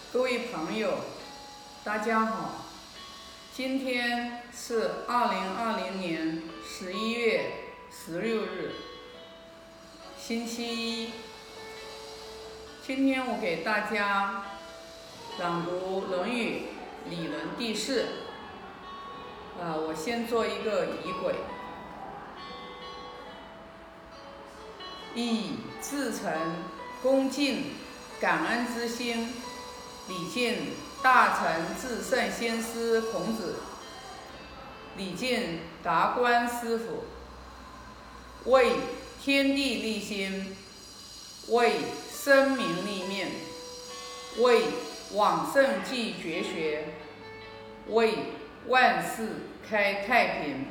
各位朋友，大家好。今天是2020年11月16日，星期一。今天我给大家朗读《论语·礼伦》第4。我先做一个仪轨。以至诚、恭敬、感恩之心，礼敬大成至圣先师孔子，礼敬达观师父，为天地立心，为生民立命，为往圣继绝学，为万世开太平。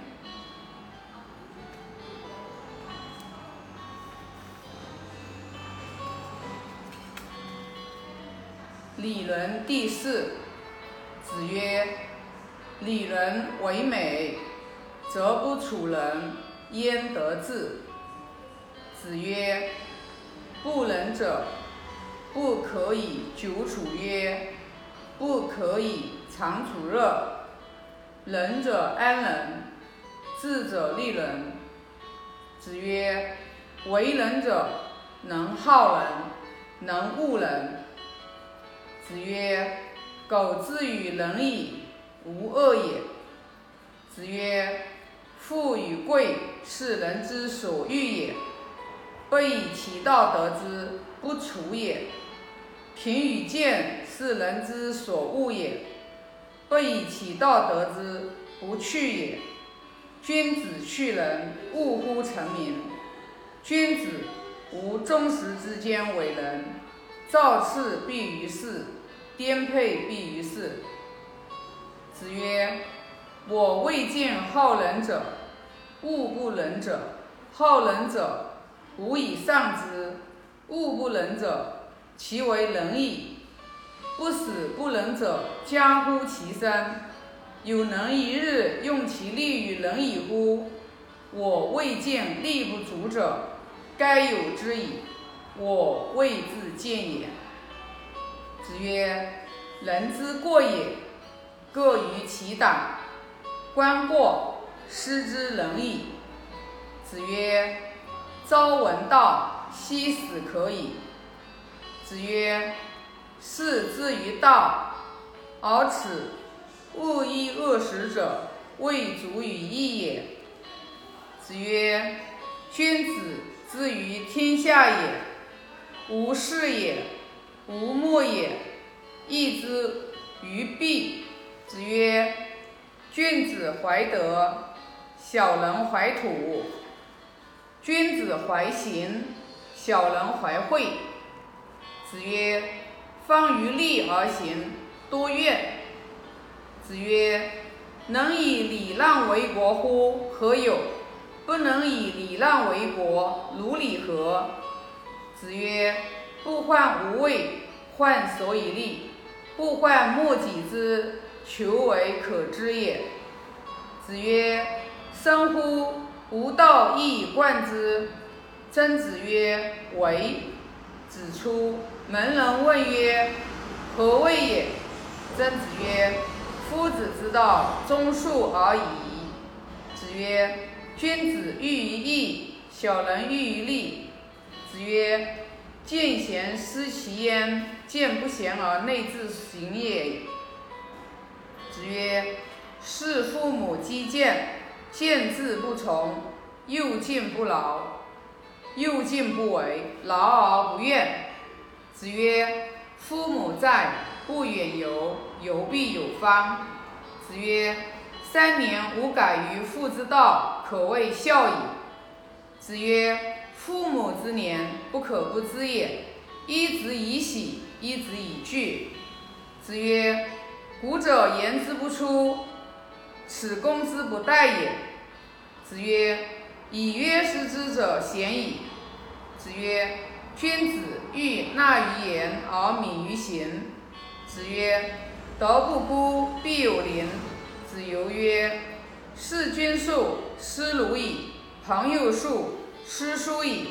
礼伦第4。子曰：礼伦为美，则不处人，焉得志？子曰：不仁者，不可以久处约，不可以长处乐。仁者安仁，智者利人。子曰：为人者，能好人，能恶人。子曰：苟之于仁义，无恶也。子曰：富与贵，是人之所欲也，不以其道得之，不处也。贫与贱，是人之所恶也，不以其道得之，不去也。君子去仁，务乎成名。君子无终时之间为人，造次必于世，颠沛必于世。子曰：我未见好仁者，恶不仁者。好仁者，吾以上之；恶不仁者，其为仁义。不使不仁者加乎其身，有能一日用其力于仁义乎？我未见力不足者，该有之矣，我未自见也。子曰：人之过也，各于其党。观过，失之仁义。子曰：朝闻道，夕死可矣。子曰：士之于道，而耻恶衣恶食者，未足与义也。子曰：君子之于天下也，无事也，无莫也，义之于弊。子曰：君子怀德，小人怀土；君子怀行，小人怀惠。子曰：方于利而行，多怨。子曰：能以礼让为国乎？何有？不能以礼让为国，如礼何？子曰：不患无位，患所以立；不患莫己之，求为可知也。子曰：生乎！吾道一以贯之。曾子曰：为。子出，门人问曰：何谓也？曾子曰：夫子之道，忠恕而已矣。子曰：君子喻于义，小人喻于利。子曰：见贤思齐焉，见不贤而内自省也。子曰：事父母积谏，谏志不从，又敬不劳，又敬不为，劳而不怨。子曰：父母在，不远游，游必有方。子曰：3年无改于父之道，可谓孝矣。子曰：父母之年，不可不知也。一子以喜，一子以惧。子曰：古者言之不出，此公之不待也。子曰：以约失之者鲜矣。子曰：君子欲纳于言而敏于行。子曰：德不孤，必有邻。子游曰：事君术，斯鲁矣；朋友术，斯疏矣。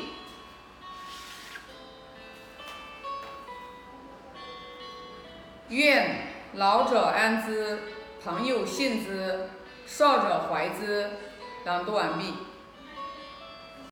愿老者安之，朋友信之，少者怀之。朗读完毕。